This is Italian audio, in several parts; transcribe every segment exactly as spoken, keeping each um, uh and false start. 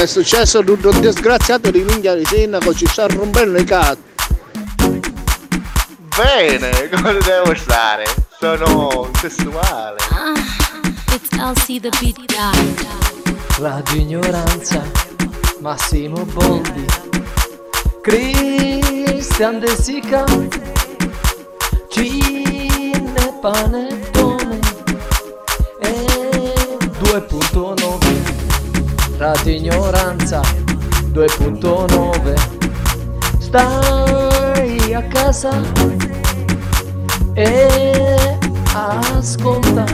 Che è successo tutto un disgraziato di minchia di sindaco, ci sta rompendo i cazzi. Bene, come devo stare? Sono testuale. It's L C the beat guy. Radio Ignoranza, Massimo Boldi, Christian De Sica, Cine Panettone e due punto nove. Radio Ignoranza due punto nove. Stai a casa e ascolta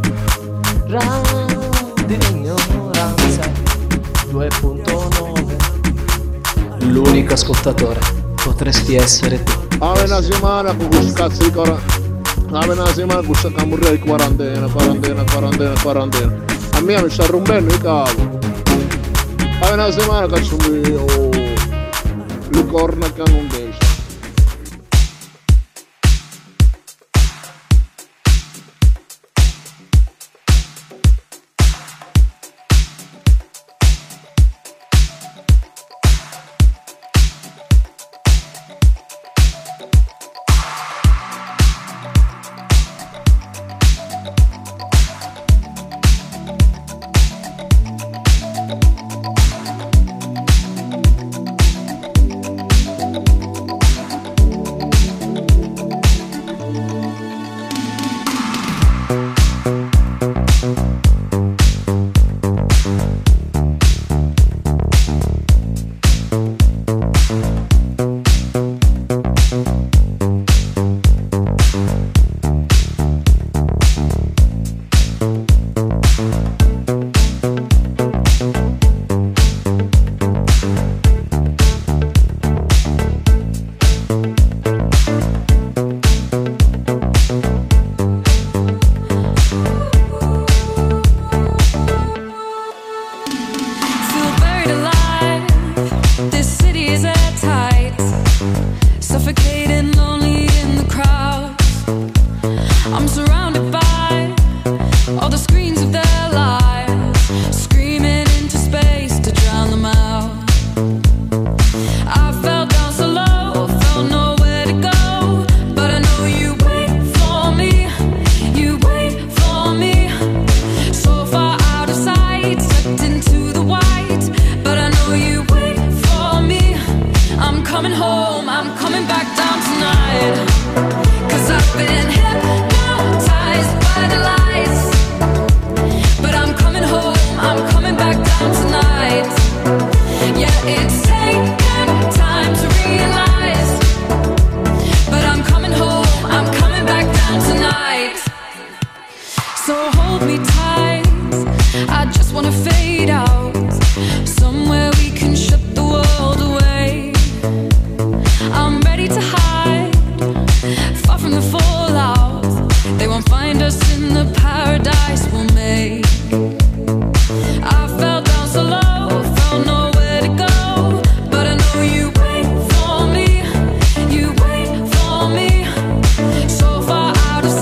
Radio Ignoranza due punto nove. L'unico ascoltatore potresti essere tu. Ave una settimana con questo cazzo di quarantena. Ave una settimana con questa camurria di quarantena, quarantena, quarantena, quarantena. A me mi sta rompendo il capo. Ave una settimana cazzo mio. Le corna che non destra.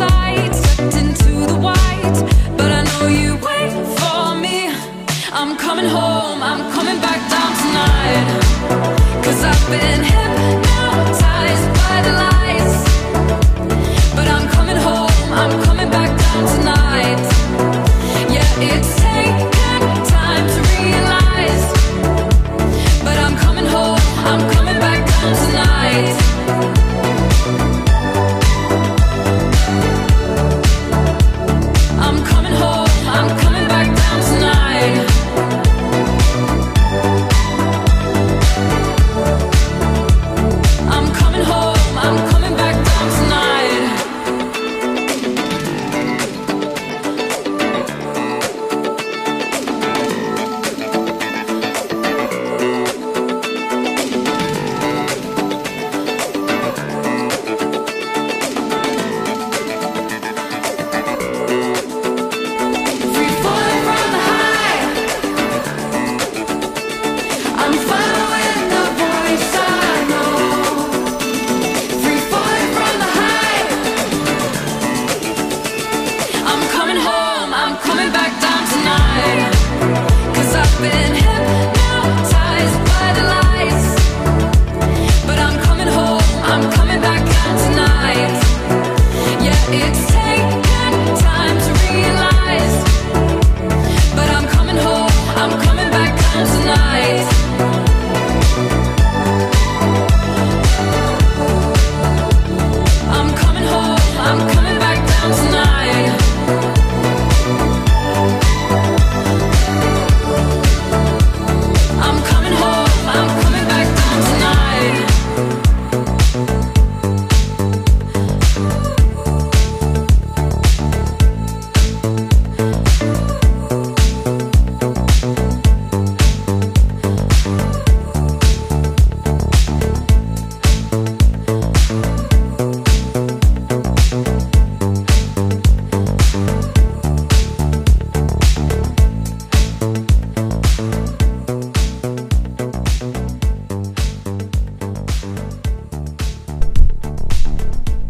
I'm coming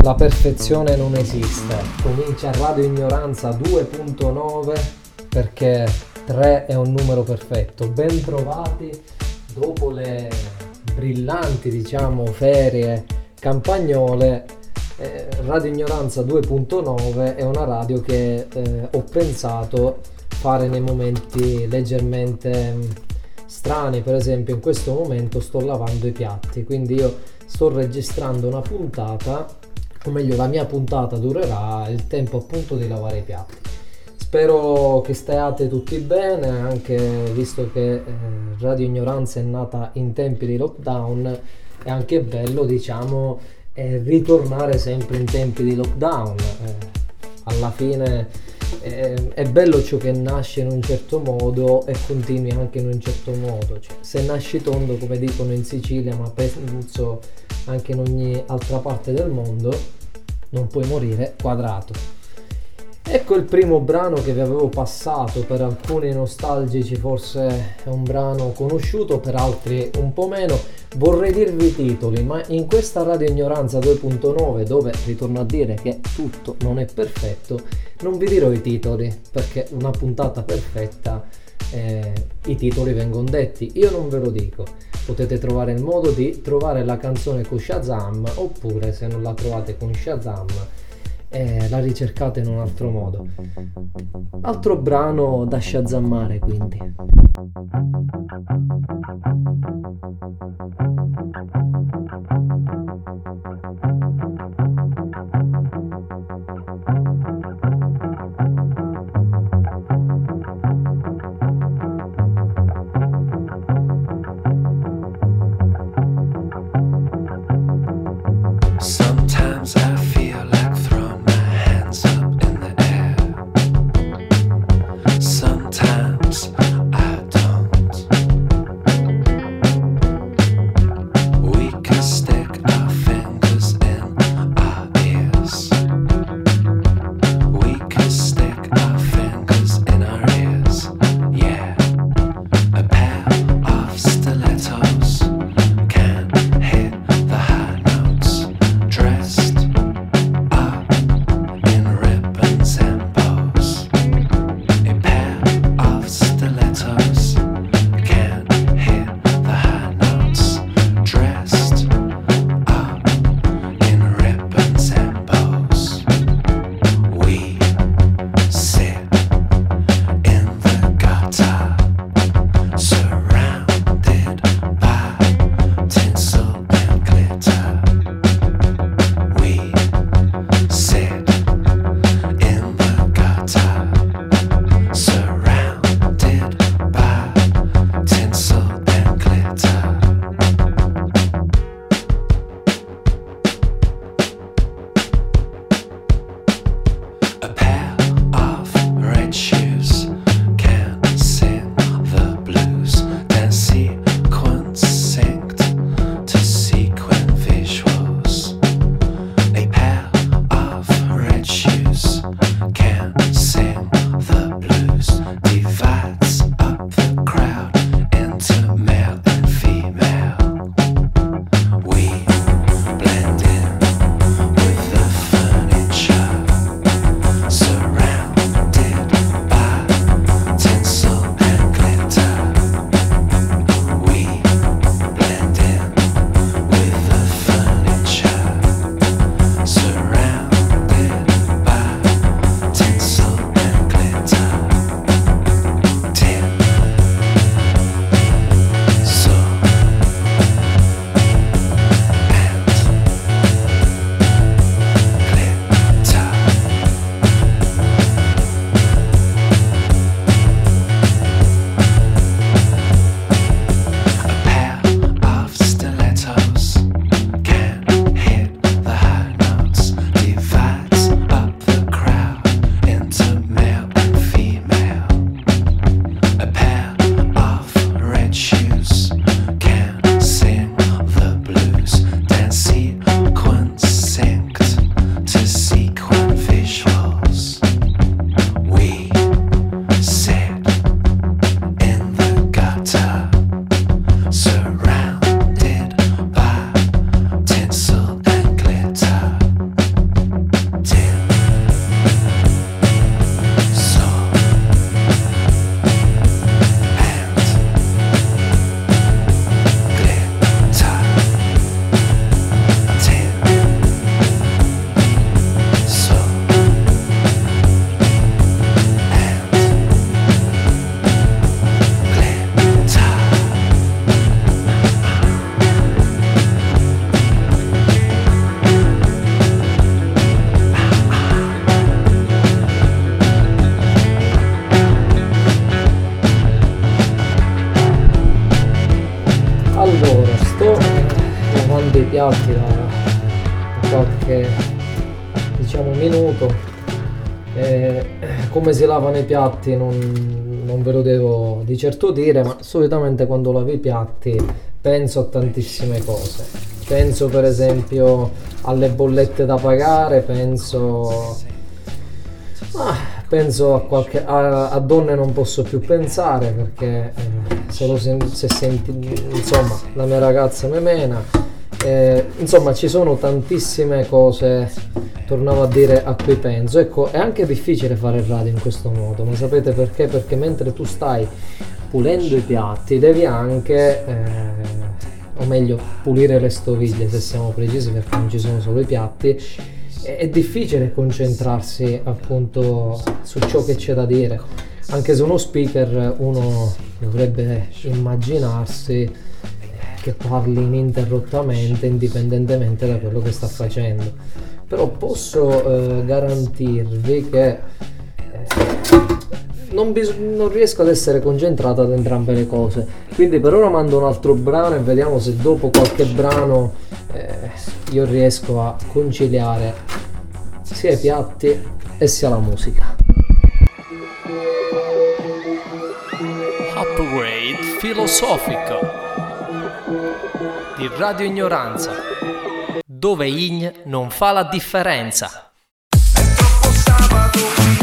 la perfezione non esiste. Comincia Radio Ignoranza due punto nove perché tre è un numero perfetto. Ben trovati dopo le brillanti, diciamo, ferie campagnole. eh, Radio Ignoranza due punto nove è una radio che eh, ho pensato fare nei momenti leggermente mh, strani. Per esempio in questo momento sto lavando i piatti, quindi io sto registrando una puntata, o meglio la mia puntata durerà il tempo appunto di lavare i piatti. Spero che stiate tutti bene, anche visto che eh, Radio Ignoranza è nata in tempi di lockdown. È anche bello, diciamo, eh, ritornare sempre in tempi di lockdown. Eh, alla fine eh, è bello ciò che nasce in un certo modo e continui anche in un certo modo. Cioè, se nasci tondo, come dicono in Sicilia, ma penso anche in ogni altra parte del mondo, non puoi morire quadrato. Ecco il primo brano che vi avevo passato. Per alcuni nostalgici forse è un brano conosciuto, per altri un po' meno. Vorrei dirvi i titoli, ma in questa Radio Ignoranza due punto nove, dove ritorno a dire che tutto non è perfetto, non vi dirò i titoli, perché una puntata perfetta eh, i titoli vengono detti. Io non ve lo dico. Potete trovare il modo di trovare la canzone con Shazam, oppure se non la trovate con Shazam Eh, la ricercate in un altro modo. Altro brano da shazammare, quindi. Sometimes I feel like throwing my hands up in the air. Sometimes I don't. We can stick our fingers in our ears. We can stick our fingers in our ears. Yeah, a pair of stilettos can hit the high notes. Dressed up in ribbons and bows, a pair piatti da, da qualche, diciamo, minuto. Eh, come si lavano i piatti non, non ve lo devo di certo dire, ma solitamente quando lavi i piatti penso a tantissime cose. Penso per esempio alle bollette da pagare, penso ah, penso a, qualche, a, a donne non posso più pensare, perché eh, se, lo sen- se senti, insomma, la mia ragazza me mena, eh, insomma ci sono tantissime cose, tornavo a dire, a cui penso. Ecco, è anche difficile fare radio in questo modo, ma sapete perché? Perché mentre tu stai pulendo i piatti devi anche eh, o meglio pulire le stoviglie, se siamo precisi, perché non ci sono solo i piatti. È difficile concentrarsi appunto su ciò che c'è da dire, anche se uno speaker uno dovrebbe immaginarsi che parli ininterrottamente, indipendentemente da quello che sta facendo. Però posso eh, garantirvi che eh, non, bis- non riesco ad essere concentrato ad entrambe le cose, quindi per ora mando un altro brano e vediamo se dopo qualche brano eh, io riesco a conciliare sia i piatti e sia la musica. Upgrade filosofico di Radio Ignoranza, dove Ign non fa la differenza. È troppo sabato qui.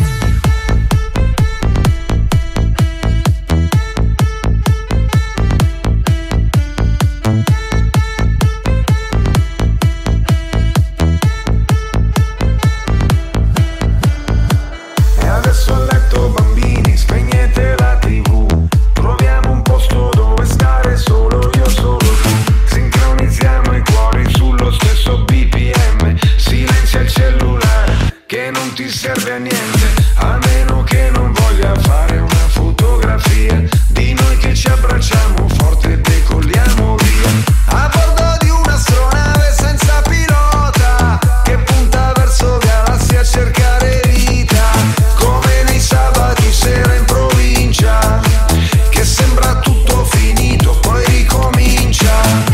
E adesso a letto bambini, spegnete la tivù. Troviamo un posto dove stare solo io, solo tu. Sincronizziamo i cuori sullo stesso B P M. Silenzia il cellulare che non ti serve a niente, a meno che non voglia fare una fotografia di noi che ci abbracciamo forte e decolliamo via. A bordo di un'astronave senza pilota che punta verso galassie a cercare vita, come nei sabati sera in provincia, che sembra tutto finito poi ricomincia.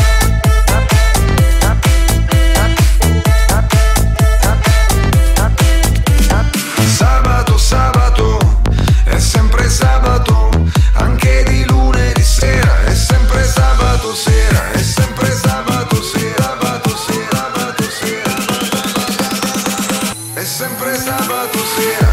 Sabato, sabato, è sempre sabato, anche di lunedì sera, è sempre sabato sera, è sempre sabato sera, sabato sera, sabato sera, è sempre sabato sera.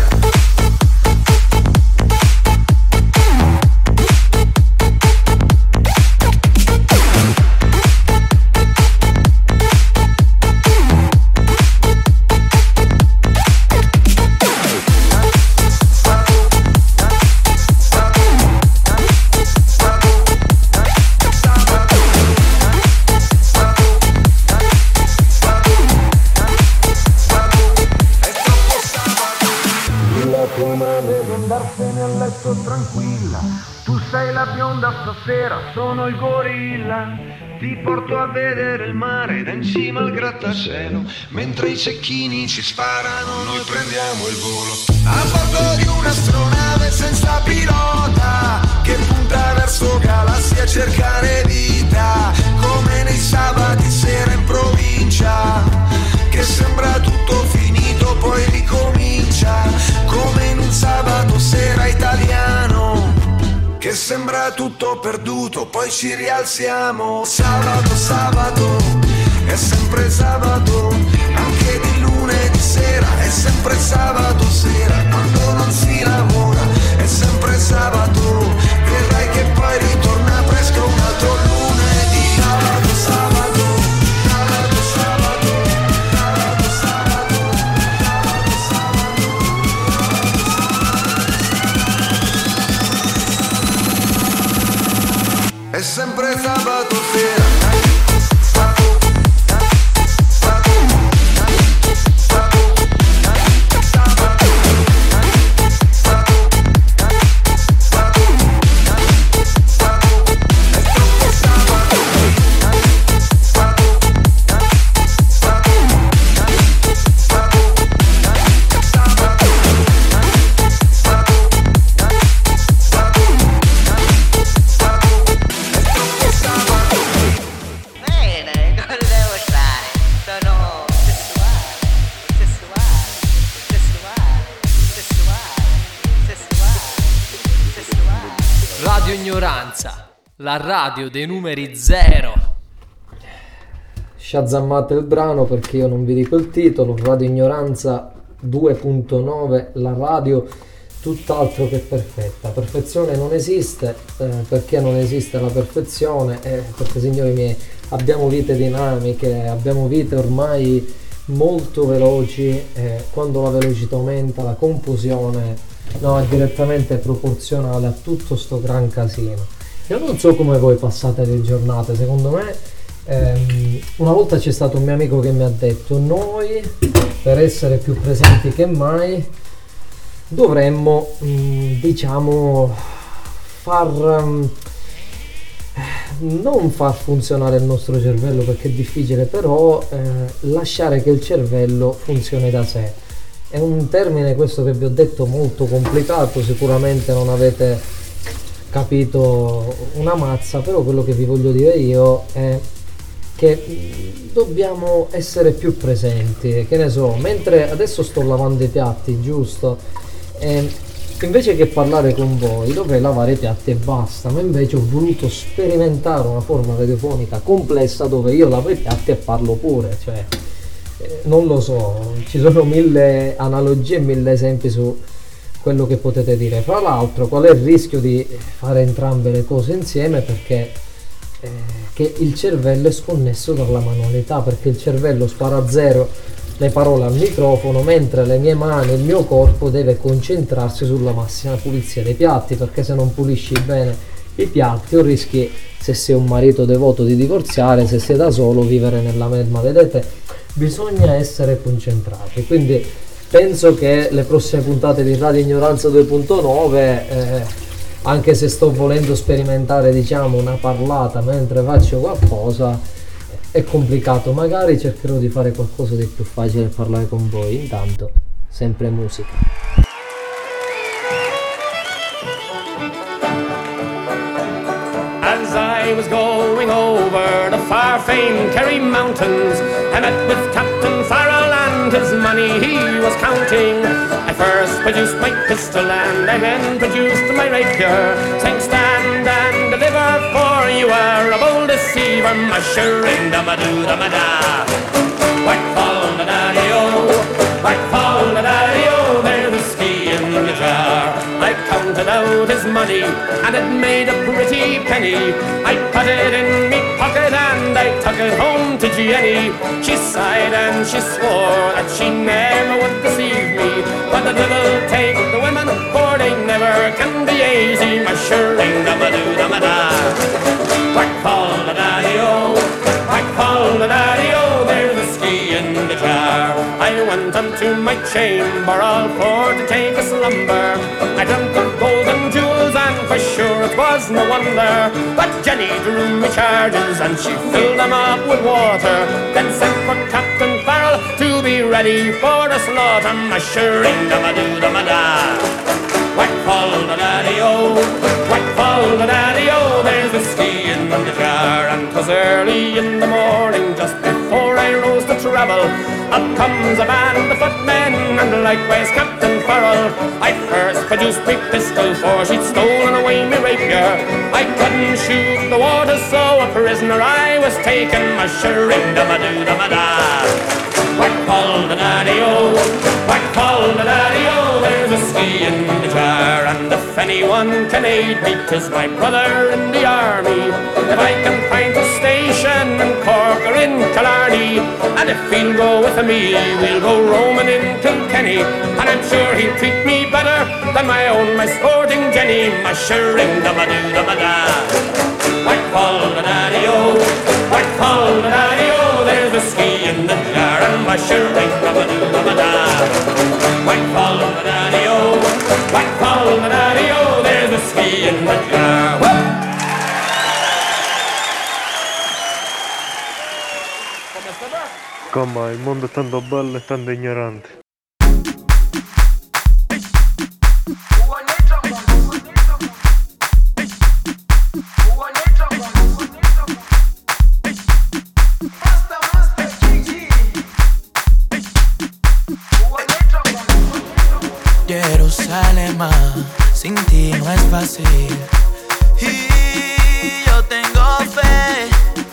Tranquilla, tu sei la bionda stasera, sono il gorilla. Ti porto a vedere il mare da in cima al grattacielo, mentre i cecchini ci sparano noi prendiamo il volo. A bordo di un'astronave senza pilota che punta verso galassie a cercare vita, come nei sabati sera in provincia, che sembra tutto finito poi ricomincia, come in un sabato sera italiano, che sembra tutto perduto poi ci rialziamo. Sabato, sabato, è sempre sabato, anche di lunedì sera, è sempre sabato sera, quando non si lavora, è sempre sabato, vedrai che poi ritorna presto un altro lunedì. Sabato, sabato, sabato, sabato, sabato, sabato, sabato, sabato. È sempre sabato sera. Radio Ignoranza, la radio dei numeri zero. Shazammate il brano perché io non vi dico il titolo. Radio Ignoranza due punto nove, la radio tutt'altro che perfetta. Perfezione non esiste, eh, perché non esiste la perfezione? Eh, perché, signori miei, abbiamo vite dinamiche, abbiamo vite ormai molto veloci, eh, quando la velocità aumenta la confusione no, è direttamente proporzionale a tutto sto gran casino. Io non so come voi passate le giornate, secondo me ehm, una volta c'è stato un mio amico che mi ha detto: noi per essere più presenti che mai dovremmo mh, diciamo far um, non far funzionare il nostro cervello, perché è difficile, però eh, lasciare che il cervello funzioni da sé. È un termine questo che vi ho detto molto complicato, sicuramente non avete capito una mazza, però quello che vi voglio dire io è che dobbiamo essere più presenti, che ne so, mentre adesso sto lavando i piatti, giusto? E invece che parlare con voi dovrei lavare i piatti e basta, ma invece ho voluto sperimentare una forma radiofonica complessa dove io lavo i piatti e parlo pure, cioè eh, non lo so, ci sono mille analogie e mille esempi su quello che potete dire. Fra l'altro, qual è il rischio di fare entrambe le cose insieme? Perché eh, che il cervello è sconnesso dalla manualità, perché il cervello spara a zero le parole al microfono, mentre le mie mani, il mio corpo deve concentrarsi sulla massima pulizia dei piatti, perché se non pulisci bene i piatti o rischi, se sei un marito devoto, di divorziare, se sei da solo vivere nella melma. Vedete, bisogna essere concentrati, quindi penso che le prossime puntate di Radio Ignoranza due punto nove, eh, anche se sto volendo sperimentare diciamo una parlata mentre faccio qualcosa, è complicato, magari cercherò di fare qualcosa di più facile e parlare con voi. Intanto sempre musica. As I was going over the far-famed Kerry Mountains, I met with Captain Farrell and his money he was counting. I first produced my pistol and I then produced my rapier, saying stand and deliver, for you are a bold deceiver, mushering da-ma-doo-da-ma-da. Whack fall da daddy-o, whack fall da daddy-o, there's whiskey in the jar. I counted out his money and it made a pretty penny. I put it in me pocket and I took it home to Jenny. She sighed and she swore that she never would deceive me, but the devil take the women, for they never can be easy. Mushering da-ma-doo-da-ma-da. Whack fall da daddy-o, whack fall da daddy-o, there's whiskey in the jar. I went unto my chamber all for to take a slumber. I dreamt of golden jewels and for sure it was no wonder. But Jenny drew me charges and she filled them up with water, then sent for Captain Farrell to be ready for the slaughter. Mushering da-ma-doo-da-ma-da. Whack fall da daddy-o, whack fall da daddy-o, there's whiskey in the jar. And 'twas early in the morning, just before I rose to travel, up comes a band of footmen and likewise Captain Farrell. I first produced my pistol, for she'd stolen away me rapier. I couldn't shoot the water, so a prisoner I was taken. Mushering da-ma-doo-da-ma-da. Whack fall da daddy-o, whack fall da daddy-o, there's whiskey in the jar. And if anyone can aid me, 'tis my brother in the army. If I can find a station in Cork or in Killarney, and if he'll go with me, we'll go roaming in Kilkenny. And I'm sure he'll treat me better than my own, my sporting Jenny. Mushering da-ma-doo-da-ma-da. Whack fall da daddy-o, whack fall da daddy-o, there's whiskey in the jar. And mushering da-ma-doo-da-ma-da. Whack fall da daddy-o, whack fall da daddy-o, there's whiskey in the jar. Whoop! Come il mondo è tanto bello e tanto ignorante. Jerusalén, sin ti no es fácil. Y yo tengo fe,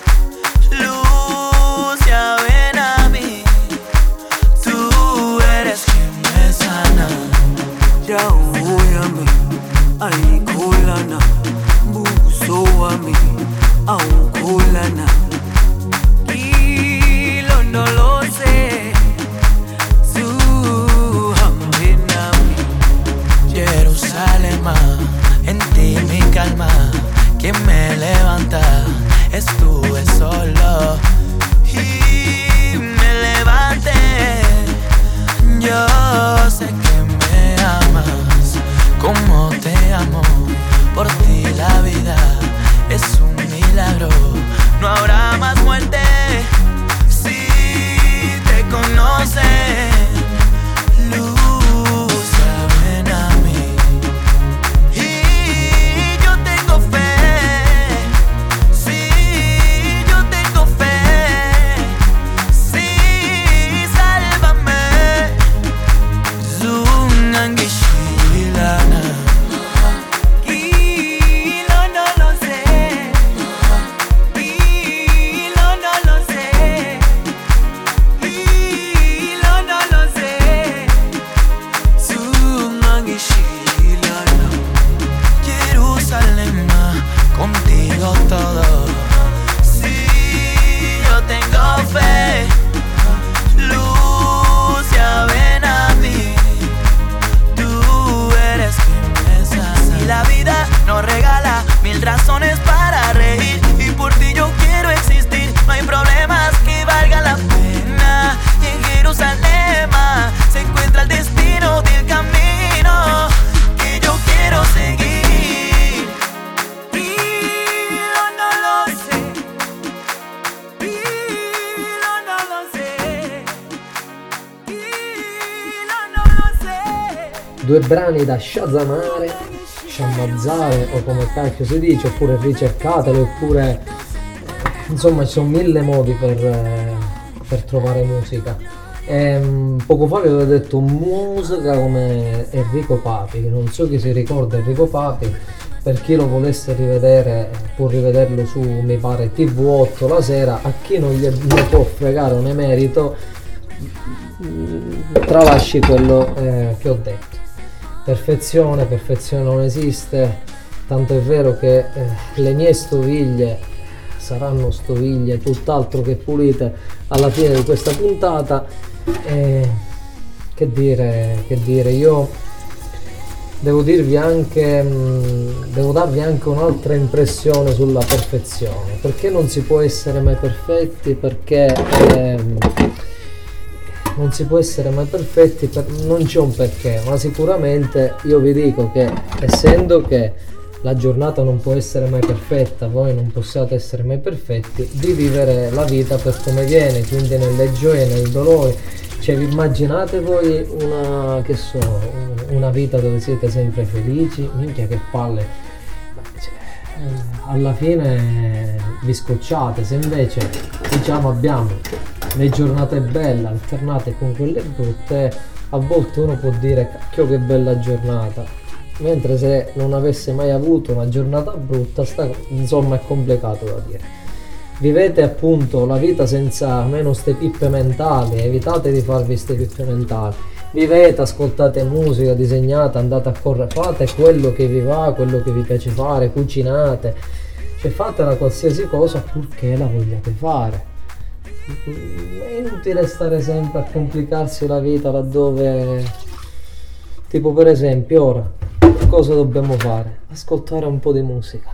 Lucia, ven a mí. Tú eres quien me sana. Ya voy a mí, ay kulana, buso a mí, au kulana. Y lo no lo sé, su hambenami. Jerusalén, en ti mi calma, quien me levanta, estuve solo y me levanté. Yo sé que me amas como te amo, por ti la vida es un milagro, no habrá más muerte si te conocen. Luz, ven a mí. Y yo tengo fe, sí, yo tengo fe, sí, sálvame. Zungangishilana. Contigo todo, sí, yo tengo fe, Lucia, ven a mí, tú eres quien me sana. Si la vida nos regala mil razones para reír y por ti yo quiero existir, no hay problemas que valgan la pena. Y en Jerusalén se encuentra el destino del camino que yo quiero seguir. Due brani da shazamare, sciamazzare o come cacchio si dice, oppure ricercatelo, oppure insomma ci sono mille modi per, per trovare musica. E, poco fa vi avevo detto musica come Enrico Papi, che non so chi si ricorda Enrico Papi, per chi lo volesse rivedere può rivederlo su, mi pare, T V otto la sera. A chi non gli ne può fregare un emerito, tralasci quello eh, che ho detto. Perfezione, perfezione non esiste, tanto è vero che eh, le mie stoviglie saranno stoviglie tutt'altro che pulite alla fine di questa puntata. E che dire, che dire, io devo dirvi anche, mh, devo darvi anche un'altra impressione sulla perfezione, perché non si può essere mai perfetti, perché ehm, non si può essere mai perfetti, per, non c'è un perché, ma sicuramente io vi dico che essendo che la giornata non può essere mai perfetta, voi non possiate essere mai perfetti, di vivere la vita per come viene, quindi nelle gioie, nei dolori. Cioè vi immaginate voi una, che so, una vita dove siete sempre felici? Minchia che palle, cioè, alla fine vi scocciate. Se invece diciamo abbiamo le giornate belle alternate con quelle brutte, a volte uno può dire cacchio che bella giornata, mentre se non avesse mai avuto una giornata brutta, sta, insomma è complicato da dire. Vivete appunto la vita senza meno ste pippe mentali, evitate di farvi ste pippe mentali, vivete, ascoltate musica, disegnate, andate a correre, fate quello che vi va, quello che vi piace fare, cucinate, cioè fate una qualsiasi cosa purché la vogliate fare. È inutile stare sempre a complicarsi la vita laddove, tipo per esempio ora, cosa dobbiamo fare? Ascoltare un po' di musica.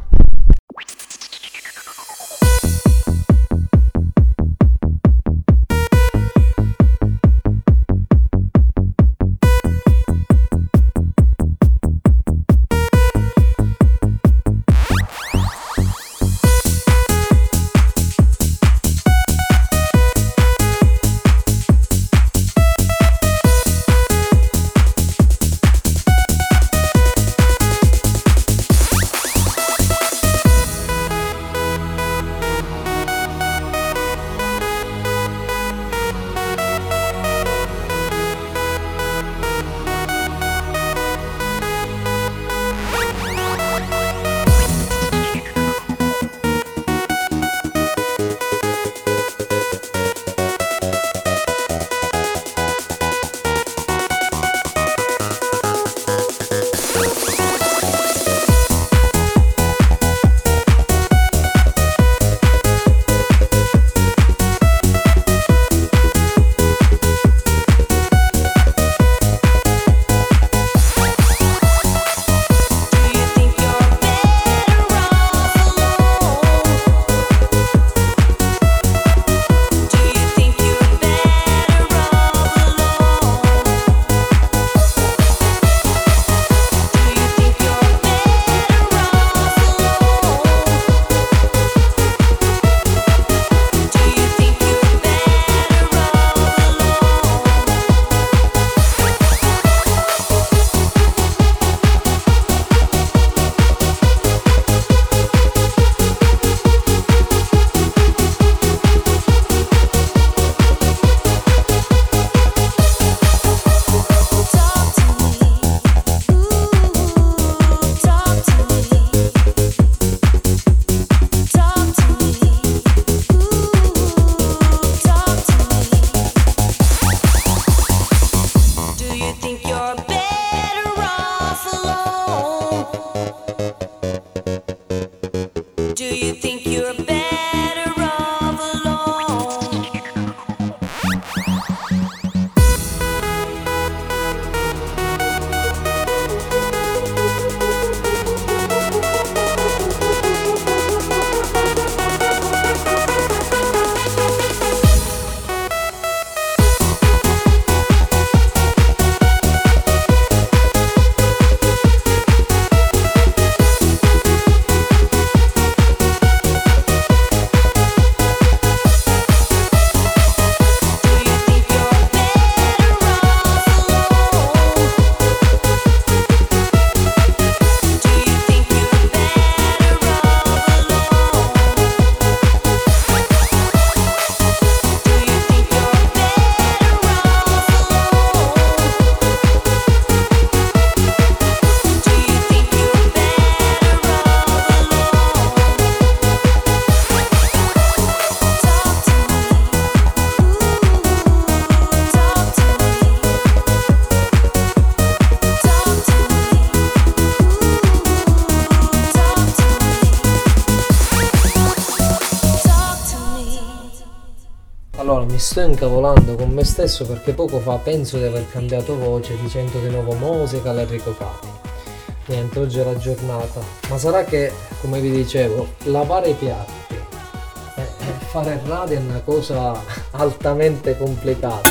Allora, mi sto incavolando con me stesso perché poco fa penso di aver cambiato voce dicendo di nuovo musica all'Enrico Papi. Niente, oggi è la giornata, ma sarà che, come vi dicevo, lavare i piatti e fare radio è una cosa altamente complicata.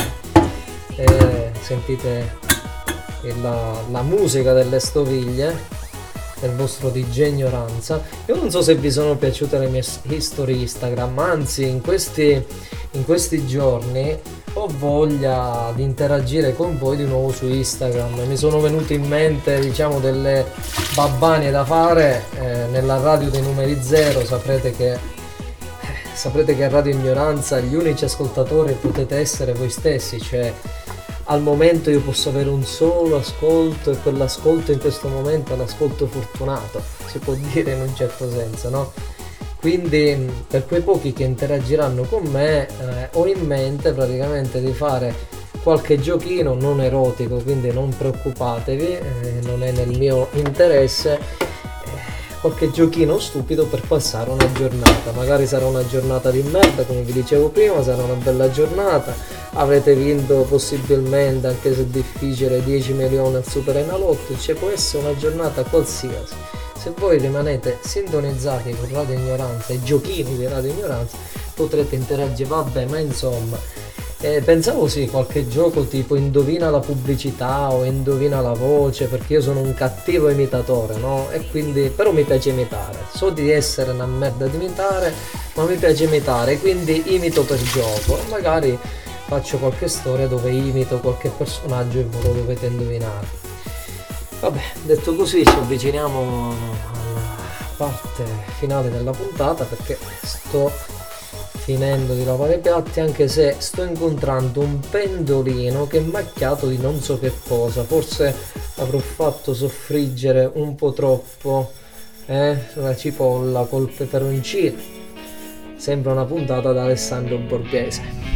E sentite la, la musica delle stoviglie del vostro D J Ignoranza. Io non so se vi sono piaciute le mie storie Instagram, anzi in questi, in questi giorni ho voglia di interagire con voi di nuovo su Instagram. Mi sono venute in mente, diciamo, delle babbanie da fare eh, nella radio dei numeri zero. Saprete che eh, saprete che a Radio Ignoranza gli unici ascoltatori potete essere voi stessi, cioè al momento io posso avere un solo ascolto e quell'ascolto in questo momento è l'ascolto fortunato, si può dire in un certo senso, no? Quindi per quei pochi che interagiranno con me eh, ho in mente praticamente di fare qualche giochino non erotico, quindi non preoccupatevi, eh, non è nel mio interesse, eh, qualche giochino stupido per passare una giornata. Magari sarà una giornata di merda, come vi dicevo prima, sarà una bella giornata, avrete vinto possibilmente, anche se è difficile, dieci milioni al Super Enalotto, cioè può essere una giornata qualsiasi. Se voi rimanete sintonizzati con Radio Ignoranza e giochini di Radio Ignoranza potrete interagire, vabbè, ma insomma eh, pensavo sì, qualche gioco tipo indovina la pubblicità o indovina la voce, perché io sono un cattivo imitatore, no? E quindi però mi piace imitare, so di essere una merda di imitare, ma mi piace imitare, quindi imito per gioco, magari faccio qualche storia dove imito qualche personaggio e voi lo dovete indovinare. Vabbè, detto così ci avviciniamo alla parte finale della puntata, perché sto finendo di lavare i piatti, anche se sto incontrando un pendolino che è macchiato di non so che cosa. Forse avrò fatto soffriggere un po' troppo eh, la cipolla col peperoncino. Sembra una puntata da Alessandro Borghese.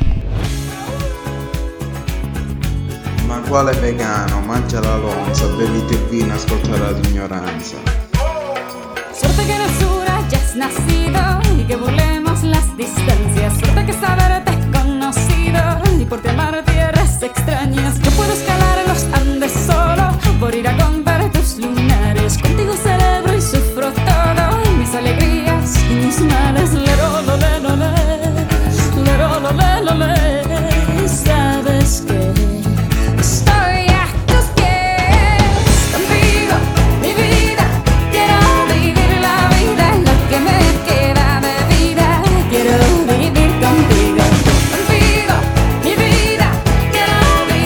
Ma quale vegano? Mangia la lonza, bevite il vino, ascolta la ignoranza. Suerte que en sur hayas nacido y que burlemos las distancias. Suerte que saberte conocido y por ti amar tierras extrañas. Yo puedo escalar los Andes solo por ir a comprar tus lunares. Contigo celebro y sufro todo, mis alegrías y mis males. Lero, lo, le, lo, le, lero, lo, le, lo, le. Sabes que estoy a tus pies, contigo, mi vida. Quiero vivir la vida, lo que me queda de vida. Quiero vivir contigo, contigo, mi vida. Quiero vivir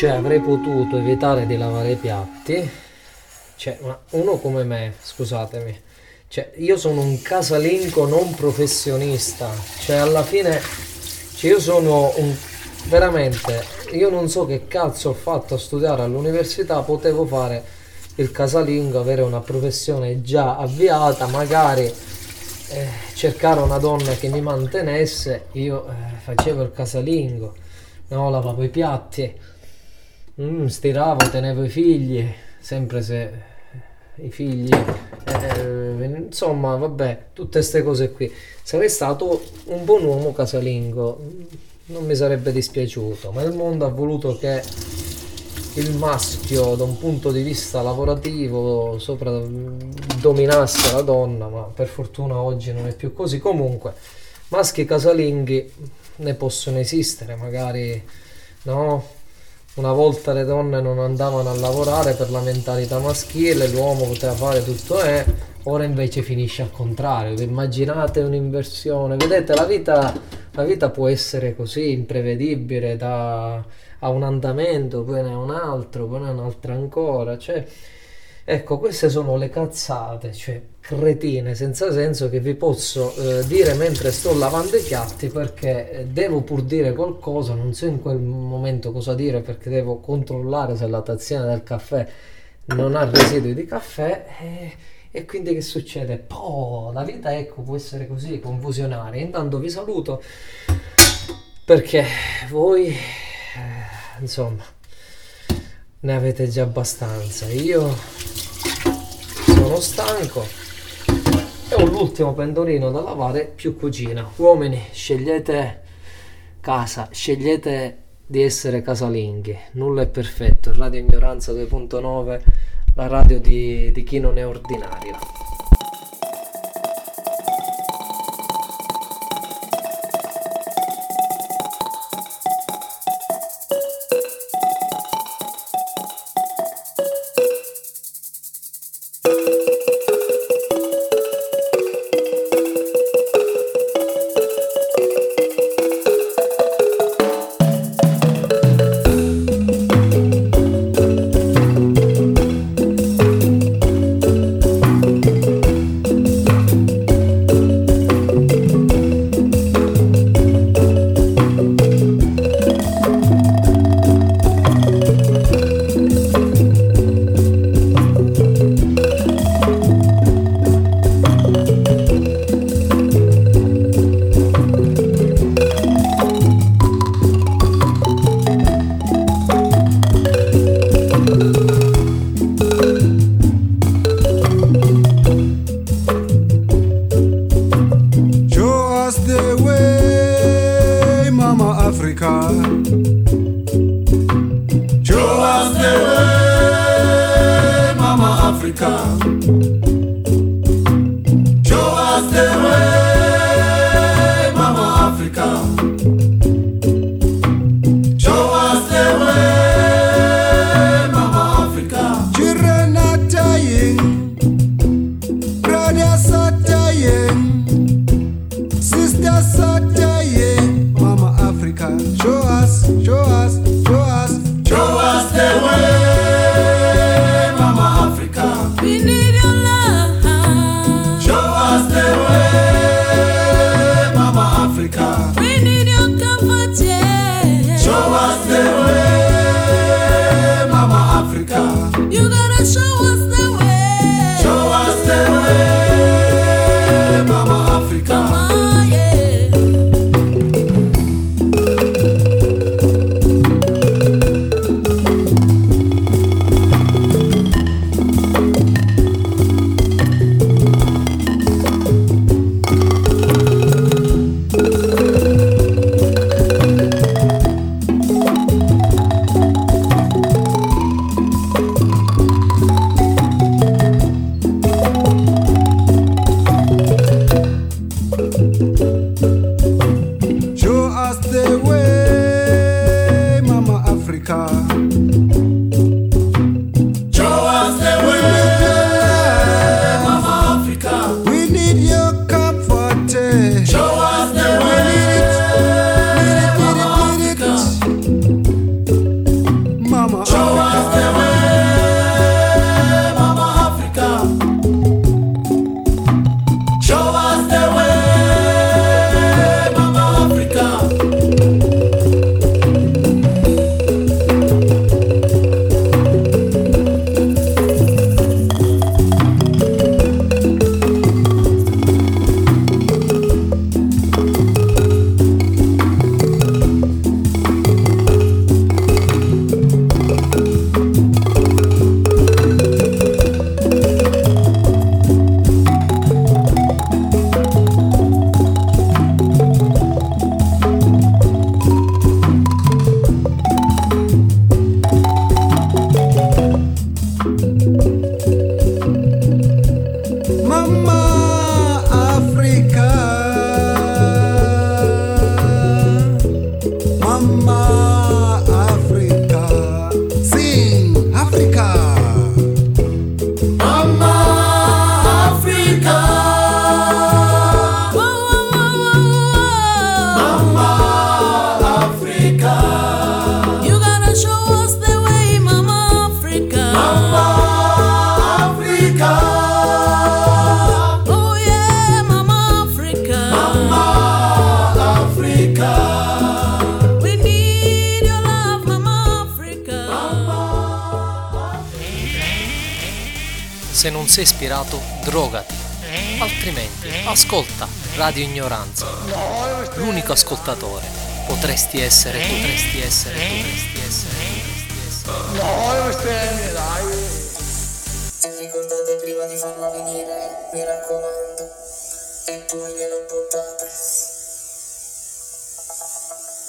Cioè avrei potuto evitare di lavare i piatti. Cioè ma uno come me, scusatemi, cioè io sono un casalingo non professionista. Cioè alla fine, cioè, io sono un veramente, io non so che cazzo ho fatto a studiare all'università. Potevo fare il casalingo, avere una professione già avviata, magari eh, cercare una donna che mi mantenesse. Io eh, facevo il casalingo, no, lavavo i piatti, mm, stiravo, tenevo i figli, sempre se i figli eh, insomma vabbè, tutte ste cose qui. Sarei stato un buon uomo casalingo, non mi sarebbe dispiaciuto, ma il mondo ha voluto che il maschio da un punto di vista lavorativo sopra dominasse la donna, ma per fortuna oggi non è più così. Comunque maschi casalinghi ne possono esistere, magari no, una volta le donne non andavano a lavorare per la mentalità maschile, l'uomo poteva fare tutto e ora invece finisce al contrario. Immaginate un'inversione, vedete, la vita la vita può essere così imprevedibile, da a un andamento, poi ne ha un altro, poi ne ha un altro ancora, cioè ecco, queste sono le cazzate, cioè cretine senza senso che vi posso eh, dire mentre sto lavando i piatti, perché devo pur dire qualcosa, non so in quel momento cosa dire, perché devo controllare se la tazzina del caffè non ha residui di caffè e, e quindi che succede? Poh, la vita ecco può essere così confusionaria. Intanto vi saluto perché voi eh, insomma ne avete già abbastanza, io sono stanco e ho l'ultimo pendolino da lavare più cucina. Uomini, scegliete casa, scegliete di essere casalinghi, nulla è perfetto. Radio Ignoranza due punto nove, la radio di, di chi non è ordinario. Africa. You gotta show us the way. Show us the way. sei ispirato, drogati. Altrimenti, ascolta Radio Ignoranza. L'unico ascoltatore. Potresti essere tu, potresti essere tu, potresti essere tu, potresti essere tu. No, io bestemmi, dai. Ricordate prima di farla venire, mi raccomando, e poi glielo buttate.